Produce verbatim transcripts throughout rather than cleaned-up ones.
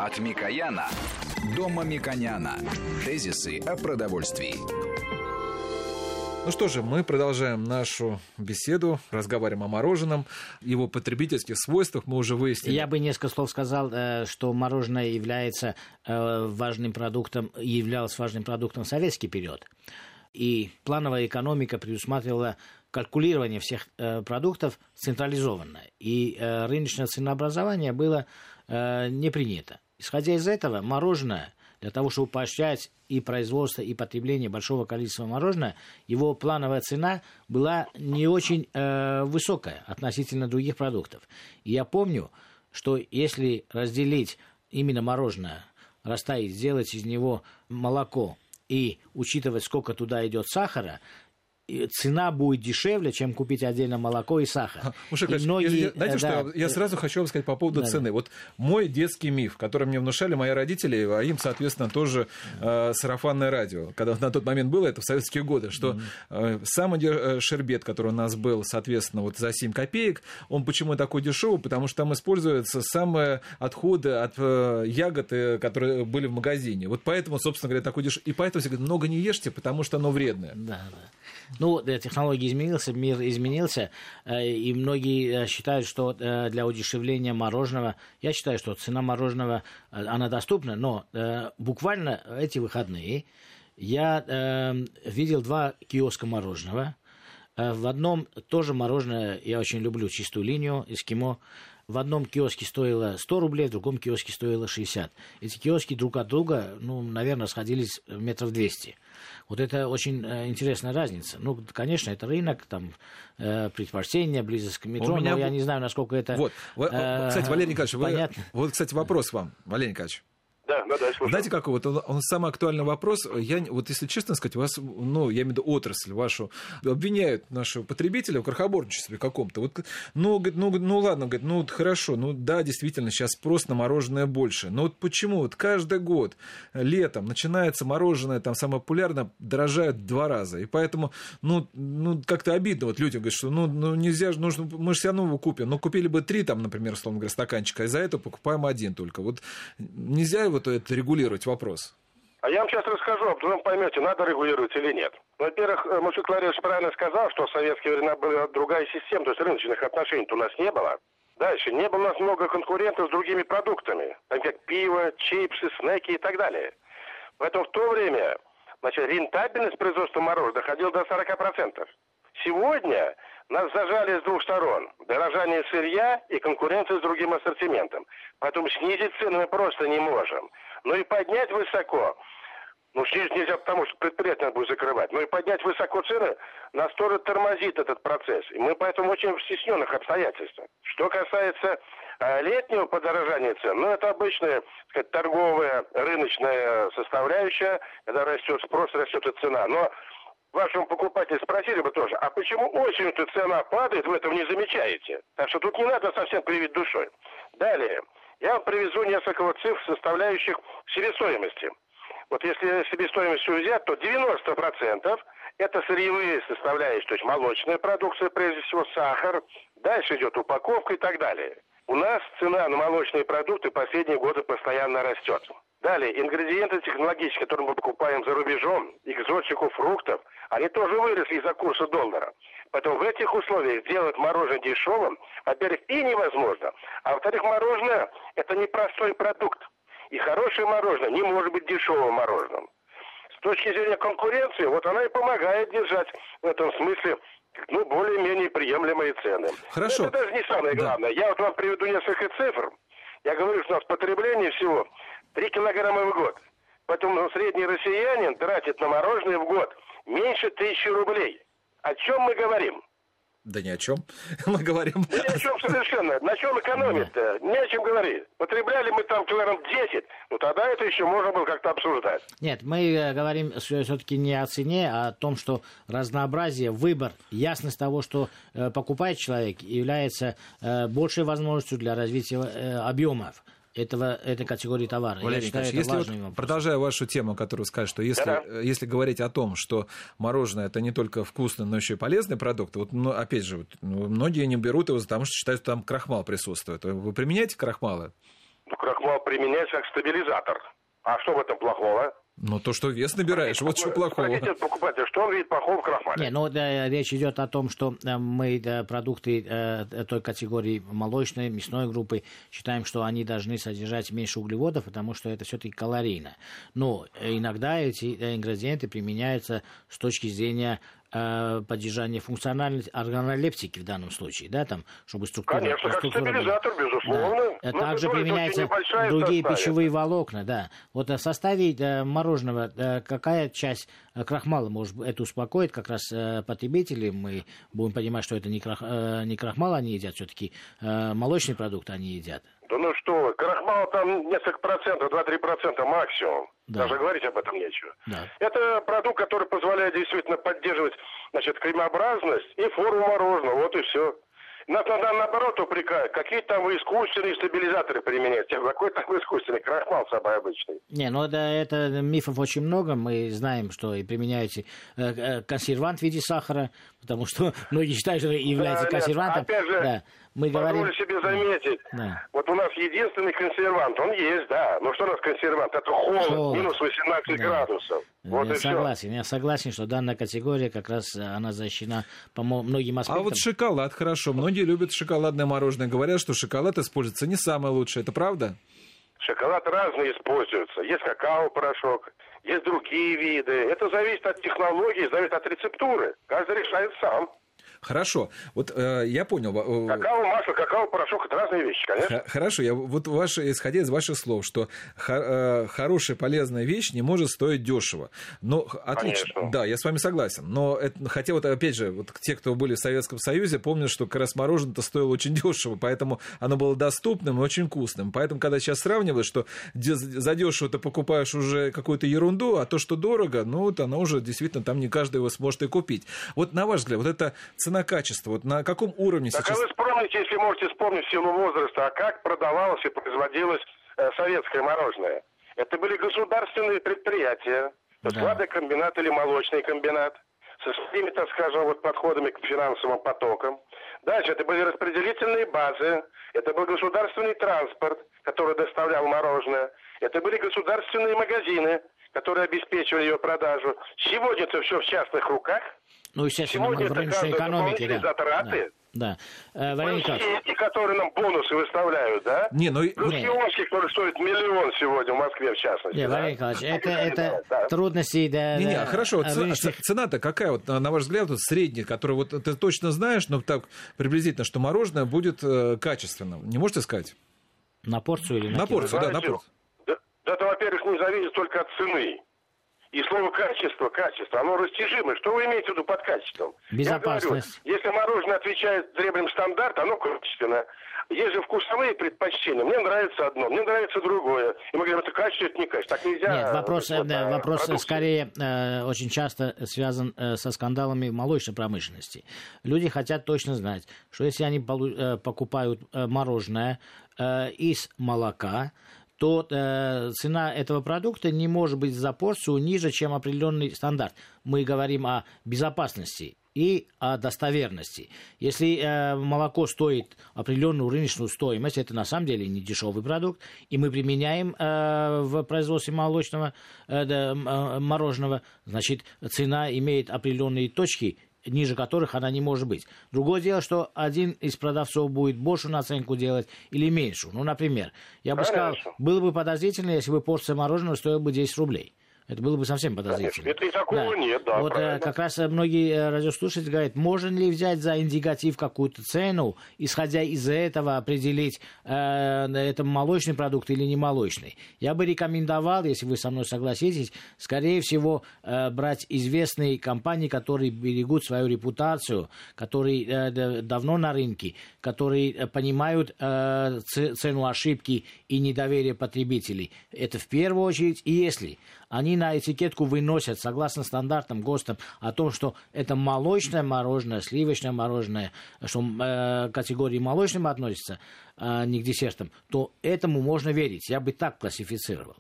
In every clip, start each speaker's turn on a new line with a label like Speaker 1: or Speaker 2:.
Speaker 1: От Микояна до Мамиконяна. Тезисы о продовольствии.
Speaker 2: Ну что же, мы продолжаем нашу беседу, разговариваем о мороженом, его потребительских свойствах мы уже выяснили.
Speaker 3: Я бы несколько слов сказал, что мороженое является важным продуктом, являлось важным продуктом в советский период. И плановая экономика предусматривала калькулирование всех продуктов централизованно. И рыночное ценообразование было не принято. Исходя из этого, мороженое, для того, чтобы поощрять и производство, и потребление большого количества мороженого, его плановая цена была не очень э, высокая относительно других продуктов. И я помню, что если разделить именно мороженое, растаять, сделать из него молоко и учитывать, сколько туда идет сахара, цена будет дешевле, чем купить отдельно молоко и сахар.
Speaker 2: Мушек, и многие, я, знаете, да, что я сразу хочу вам сказать по поводу да, цены. Вот мой детский миф, который мне внушали мои родители, а им, соответственно, тоже э, сарафанное радио, когда на тот момент было, это в советские годы, что э, самый шербет, который у нас был, соответственно, вот за семь копеек, он почему такой дешевый? Потому что там используются самые отходы от э, ягод, э, которые были в магазине. Вот поэтому, собственно говоря, такой дешевый. И поэтому все говорят, много не ешьте, потому что оно вредное.
Speaker 3: Да, да. Ну, технологии изменились, мир изменился, и многие считают, что для удешевления мороженого, я считаю, что цена мороженого, она доступна, но буквально эти выходные я видел два киоска мороженого. В одном тоже мороженое, я очень люблю чистую линию, эскимо. В одном киоске стоило сто рублей, в другом киоске стоило шестьдесят. Эти киоски друг от друга, ну, наверное, сходились метров двести. Вот это очень э, интересная разница. Ну, конечно, это рынок, там, э, предпочтение, близость к метро, меня... но я не знаю, насколько это...
Speaker 2: Вот, э, кстати, Валерий Николаевич,
Speaker 3: понятно.
Speaker 2: Вы... вот, кстати, вопрос вам, Валерий Николаевич.
Speaker 4: Да, да, да, слушаю.
Speaker 2: Знаете, какой вот он, он самый актуальный вопрос. Я, вот если честно сказать, вас, ну, я имею в виду отрасль вашу, обвиняют нашего потребителя в крохоборничестве каком-то. Вот, ну, говорит, ну, ну, ладно, говорит, ну, хорошо, ну, да, действительно, сейчас спрос на мороженое больше. Но вот почему вот каждый год летом начинается мороженое, там, самое популярное, дорожает в два раза. И поэтому, ну, ну как-то обидно вот людям говорят, что, ну, ну нельзя же, нужно, мы же все равно его купим. Ну, купили бы три, там, например, условно говоря, стаканчика, а из-за этого покупаем один только. Вот нельзя вот это регулировать вопрос?
Speaker 4: А я вам сейчас расскажу, а потом поймете, надо регулировать или нет. Во-первых, Мушек Ларионович правильно сказал, что в советские времена была другая система, то есть рыночных отношений-то у нас не было. Дальше, не было у нас много конкурентов с другими продуктами, так как пиво, чипсы, снеки и так далее. Поэтому в то время, значит, рентабельность производства мороженого доходила до сорок процентов. Сегодня нас зажали с двух сторон. Дорожание сырья и конкуренция с другим ассортиментом. Поэтому снизить цены мы просто не можем. Но и поднять высоко, ну снизить нельзя, потому что предприятие надо будет закрывать, но и поднять высоко цены нас тоже тормозит этот процесс. И мы поэтому очень в стесненных обстоятельствах. Что касается а, летнего подорожания цен, ну это обычная, так сказать, торговая, рыночная составляющая, когда растет спрос, растет и цена. Но вашему покупателю спросили бы тоже, а почему осенью-то цена падает, вы этого не замечаете? Так что тут не надо совсем кривить душой. Далее, я вам привезу несколько вот цифр, составляющих себестоимости. Вот если себестоимостью взять, то девяносто процентов это сырьевые составляющие, то есть молочная продукция, прежде всего сахар, дальше идет упаковка и так далее. У нас цена на молочные продукты последние годы постоянно растет. Далее, ингредиенты технологические, которые мы покупаем за рубежом, экзотику фруктов, они тоже выросли из-за курса доллара. Поэтому в этих условиях сделать мороженое дешевым, во-первых, и невозможно, а во-вторых, мороженое – это непростой продукт. И хорошее мороженое не может быть дешевым мороженым. С точки зрения конкуренции, вот она и помогает держать в этом смысле, ну, более-менее приемлемые цены.
Speaker 2: Хорошо.
Speaker 4: Это даже не самое главное. Да. Я вот вам приведу несколько цифр. Я говорю, что у нас потребление всего три килограмма в год. Поэтому средний россиянин тратит на мороженое в год меньше тысячи рублей. О чем мы говорим?
Speaker 2: Да ни о чем. Мы говорим...
Speaker 4: Да ни о чем совершенно. На чем экономить-то? Не о чем говорить. Потребляли мы там килограмм десять, ну тогда это еще можно было как-то обсуждать.
Speaker 3: Нет, мы говорим все-таки не о цене, а о том, что разнообразие, выбор, ясность того, что покупает человек, является большей возможностью для развития объемов этого, этой категории товара.
Speaker 2: Валерий Николаевич, если вот, продолжая вашу тему, которую сказали, что если, да. если говорить о том, что мороженое это не только вкусный, но еще и полезный продукт, вот, ну, опять же, вот, ну, многие не берут его, потому что считают, что там крахмал присутствует. Вы применяете крахмалы?
Speaker 4: Крахмал применяется как стабилизатор. А что в этом плохого?
Speaker 2: Ну, то, что вес набираешь, вот что плохого.
Speaker 4: Спросите покупателя, что он видит плохого в крахмале?
Speaker 3: Не, ну, да, речь идет о том, что э, мы да, продукты э, той категории молочной, мясной группы считаем, что они должны содержать меньше углеводов, потому что это все-таки калорийно. Но иногда эти ингредиенты применяются с точки зрения поддержание функциональности органолептики в данном случае, да, там, чтобы структура...
Speaker 4: Конечно, как
Speaker 3: структура
Speaker 4: стабилизатор,
Speaker 3: была.
Speaker 4: безусловно.
Speaker 3: Да.
Speaker 4: Но
Speaker 3: Также применяются другие пищевые волокна, да. Вот в составе да, мороженого да, какая часть крахмала может это успокоить как раз потребителей? Мы будем понимать, что это не, крах, не крахмал они едят, все-таки молочные продукты они едят.
Speaker 4: Да ну что вы, крахмал там несколько процентов, два-три процента максимум. Да. Даже говорить об этом нечего. Да. Это продукт, который позволяет действительно поддерживать, значит, кремообразность и форму мороженого. Вот и все. Нас надо наоборот упрекают. Какие там вы искусственные стабилизаторы применяете? Какой там вы искусственный? Крахмал самый обычный.
Speaker 3: Не, ну да, это мифов очень много. Мы знаем, что и применяете э, консервант в виде сахара, потому что многие считают, что является да, консервантом.
Speaker 4: Нет, опять же,
Speaker 3: да. Мы
Speaker 4: позволю
Speaker 3: говорим...
Speaker 4: себе заметить,
Speaker 3: да.
Speaker 4: Вот у нас единственный консервант, он есть, да. Но что у нас консервант? Это холод, холод. минус восемнадцать да. градусов. Вот
Speaker 3: я
Speaker 4: и
Speaker 3: согласен,
Speaker 4: все.
Speaker 3: я согласен, что данная категория как раз она защищена по многим аспектам.
Speaker 2: А вот шоколад, хорошо. Многие любят шоколадное мороженое. Говорят, что шоколад используется не самое лучшее. Это правда?
Speaker 4: Шоколад разный используется. Есть какао-порошок, есть другие виды. Это зависит от технологии, зависит от рецептуры. Каждый решает сам.
Speaker 2: Хорошо. Вот э, я понял.
Speaker 4: Какао, масло, какао, порошок – это разные вещи, конечно.
Speaker 2: Х- хорошо. Я, вот ваши, исходя из ваших слов, что х- э, хорошая, полезная вещь не может стоить дешево. Но отлично. Конечно. Да, я с вами согласен. Но это, хотя вот опять же, вот те, кто были в Советском Союзе, помнят, что как раз мороженое-то стоило очень дешево, поэтому оно было доступным и очень вкусным. Поэтому, когда сейчас сравнивают, что за дешево ты покупаешь уже какую-то ерунду, а то, что дорого, ну, вот оно уже действительно там не каждый его сможет и купить. Вот на ваш взгляд, вот эта цена-качество, вот на каком уровне
Speaker 4: так
Speaker 2: сейчас...
Speaker 4: Так а вы вспомните, если можете вспомнить в силу возраста, а как продавалось и производилось э, советское мороженое? Это были государственные предприятия, да. Сладкий комбинат или молочный комбинат, со своими, так скажем, вот подходами к финансовым потокам. Дальше это были распределительные базы, это был государственный транспорт, который доставлял мороженое, это были государственные магазины, которые обеспечивали ее продажу. Сегодня это все в частных руках.
Speaker 3: Ну, естественно, мы в рыночной экономике, да.
Speaker 4: Затраты.
Speaker 3: Да. да. Э,
Speaker 4: эти, которые нам бонусы выставляют, да?
Speaker 2: Не, ну...
Speaker 4: Плюс киоски, которые стоят миллион сегодня в Москве, в частности.
Speaker 3: Не, да? Валерий Николаевич, это, это да. трудности... Да,
Speaker 2: не, не,
Speaker 3: да,
Speaker 2: хорошо,
Speaker 3: рыночных...
Speaker 2: цена-то какая, вот, на ваш взгляд, вот, средняя, которую вот, ты точно знаешь, но так приблизительно, что мороженое будет э, качественным. Не можете сказать?
Speaker 3: На порцию или на
Speaker 2: На порцию, да, на порцию.
Speaker 4: Да, да, это, во-первых, не зависит только от цены. И слово качество, качество, оно растяжимо. Что вы имеете в виду под качеством?
Speaker 3: Безопасность.
Speaker 4: Я говорю, если мороженое отвечает требованиям стандарта, оно качественно. Есть же вкусовые предпочтения. Мне нравится одно, мне нравится другое. И мы говорим, это качество, это не качество. Так нельзя.
Speaker 3: Нет, вопрос,
Speaker 4: вот,
Speaker 3: да, вопрос
Speaker 4: продукции.
Speaker 3: скорее э, очень часто связан э, со скандалами в молочной промышленности. Люди хотят точно знать, что если они полу- э, покупают э, мороженое э, из молока, то э, цена этого продукта не может быть за порцию ниже, чем определенный стандарт. Мы говорим о безопасности и о достоверности. Если э, молоко стоит определенную рыночную стоимость, это на самом деле не дешевый продукт, и мы применяем э, в производстве молочного э, да, мороженого, значит, цена имеет определенные точки, ниже которых она не может быть. Другое дело, что один из продавцов будет большую наценку делать или меньшую. Ну, например, я бы Конечно. сказал, было бы подозрительно, если бы порция мороженого стоила бы десять рублей. Это было бы совсем подозрительно.
Speaker 4: Конечно, это и такого да. нет, да,
Speaker 3: Вот правильно. Как раз многие радиослушатели говорят, можно ли взять за индикатив какую-то цену, исходя из этого определить, э, это молочный продукт или не молочный. Я бы рекомендовал, если вы со мной согласитесь, скорее всего, э, брать известные компании, которые берегут свою репутацию, которые э, давно на рынке, которые понимают э, цену ошибки и недоверие потребителей. Это в первую очередь, и если они на этикетку выносят, согласно стандартам ГОСТам, о том, что это молочное мороженое, сливочное мороженое, что э, категории молочным относится, э, не к десертам, то этому можно верить. Я бы так классифицировал.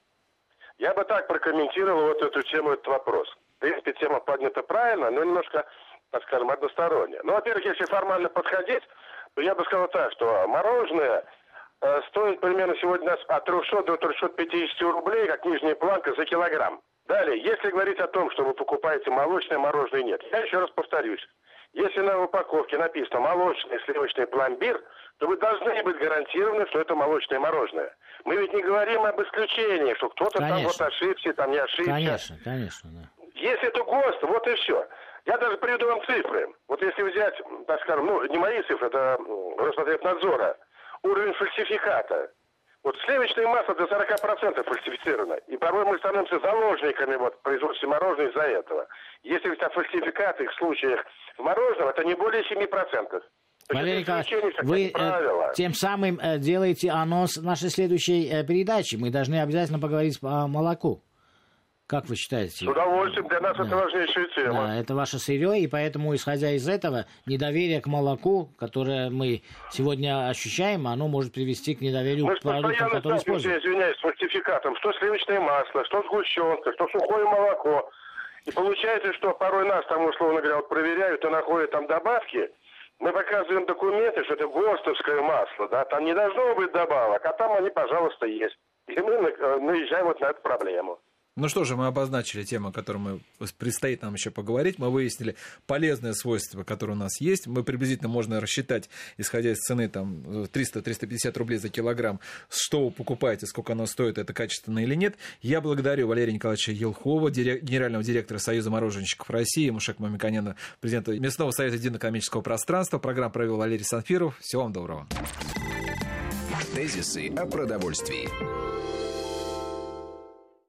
Speaker 4: Я бы так прокомментировал вот эту тему, этот вопрос. В принципе, тема поднята правильно, но немножко, так скажем, односторонне. Ну, во-первых, если формально подходить, то я бы сказал так, что мороженое э, стоит примерно сегодня от трехсот до трехсот пятидесяти рублей, как нижняя планка, за килограмм. Далее, если говорить о том, что вы покупаете молочное мороженое, нет. Я еще раз повторюсь. Если на упаковке написано молочный сливочный пломбир, то вы должны быть гарантированы, что это молочное мороженое. Мы ведь не говорим об исключении, что кто-то там вот ошибся, там не ошибся.
Speaker 3: Конечно, конечно, да.
Speaker 4: Если это ГОСТ, вот и все. Я даже приведу вам цифры. Вот если взять, так скажем, ну, не мои цифры, это Роспотребнадзора, уровень фальсификата. Вот сливочное масло до сорок процентов фальсифицировано. И порой мы становимся заложниками вот, производства мороженого из-за этого. Если говорить о фальсификатах, случаях в мороженом, это не более семи процентов.
Speaker 3: Валерий Николаевич, вы э, тем самым э, делаете анонс нашей следующей э, передачи. Мы должны обязательно поговорить по молоку. Как вы считаете?
Speaker 4: С удовольствием, для нас да. это важнейшая тема.
Speaker 3: Да, это ваше сырье, и поэтому, исходя из этого, недоверие к молоку, которое мы сегодня ощущаем, оно может привести к недоверию
Speaker 4: мы
Speaker 3: к продуктам, которые используют.
Speaker 4: Мы извиняюсь, с фальсификатом, что сливочное масло, что сгущенка, что сухое молоко. И получается, что порой нас там, условно говоря, вот проверяют и находят там добавки. Мы показываем документы, что это ГОСТовское масло, да, там не должно быть добавок, а там они, пожалуйста, есть. И мы наезжаем вот на эту проблему.
Speaker 2: Ну что же, мы обозначили тему, о которой мы, предстоит нам еще поговорить. Мы выяснили полезные свойства, которые у нас есть. Мы приблизительно можно рассчитать, исходя из цены там, триста - триста пятьдесят рублей за килограмм, что вы покупаете, сколько оно стоит, это качественно или нет. Я благодарю Валерия Николаевича Елхова, генерального директора Союза мороженщиков России, Мушек Мамиканяна, президента Местного совета единого экономического пространства. Программу провел Валерий Санфиров. Всего вам доброго.
Speaker 1: Тезисы о продовольствии.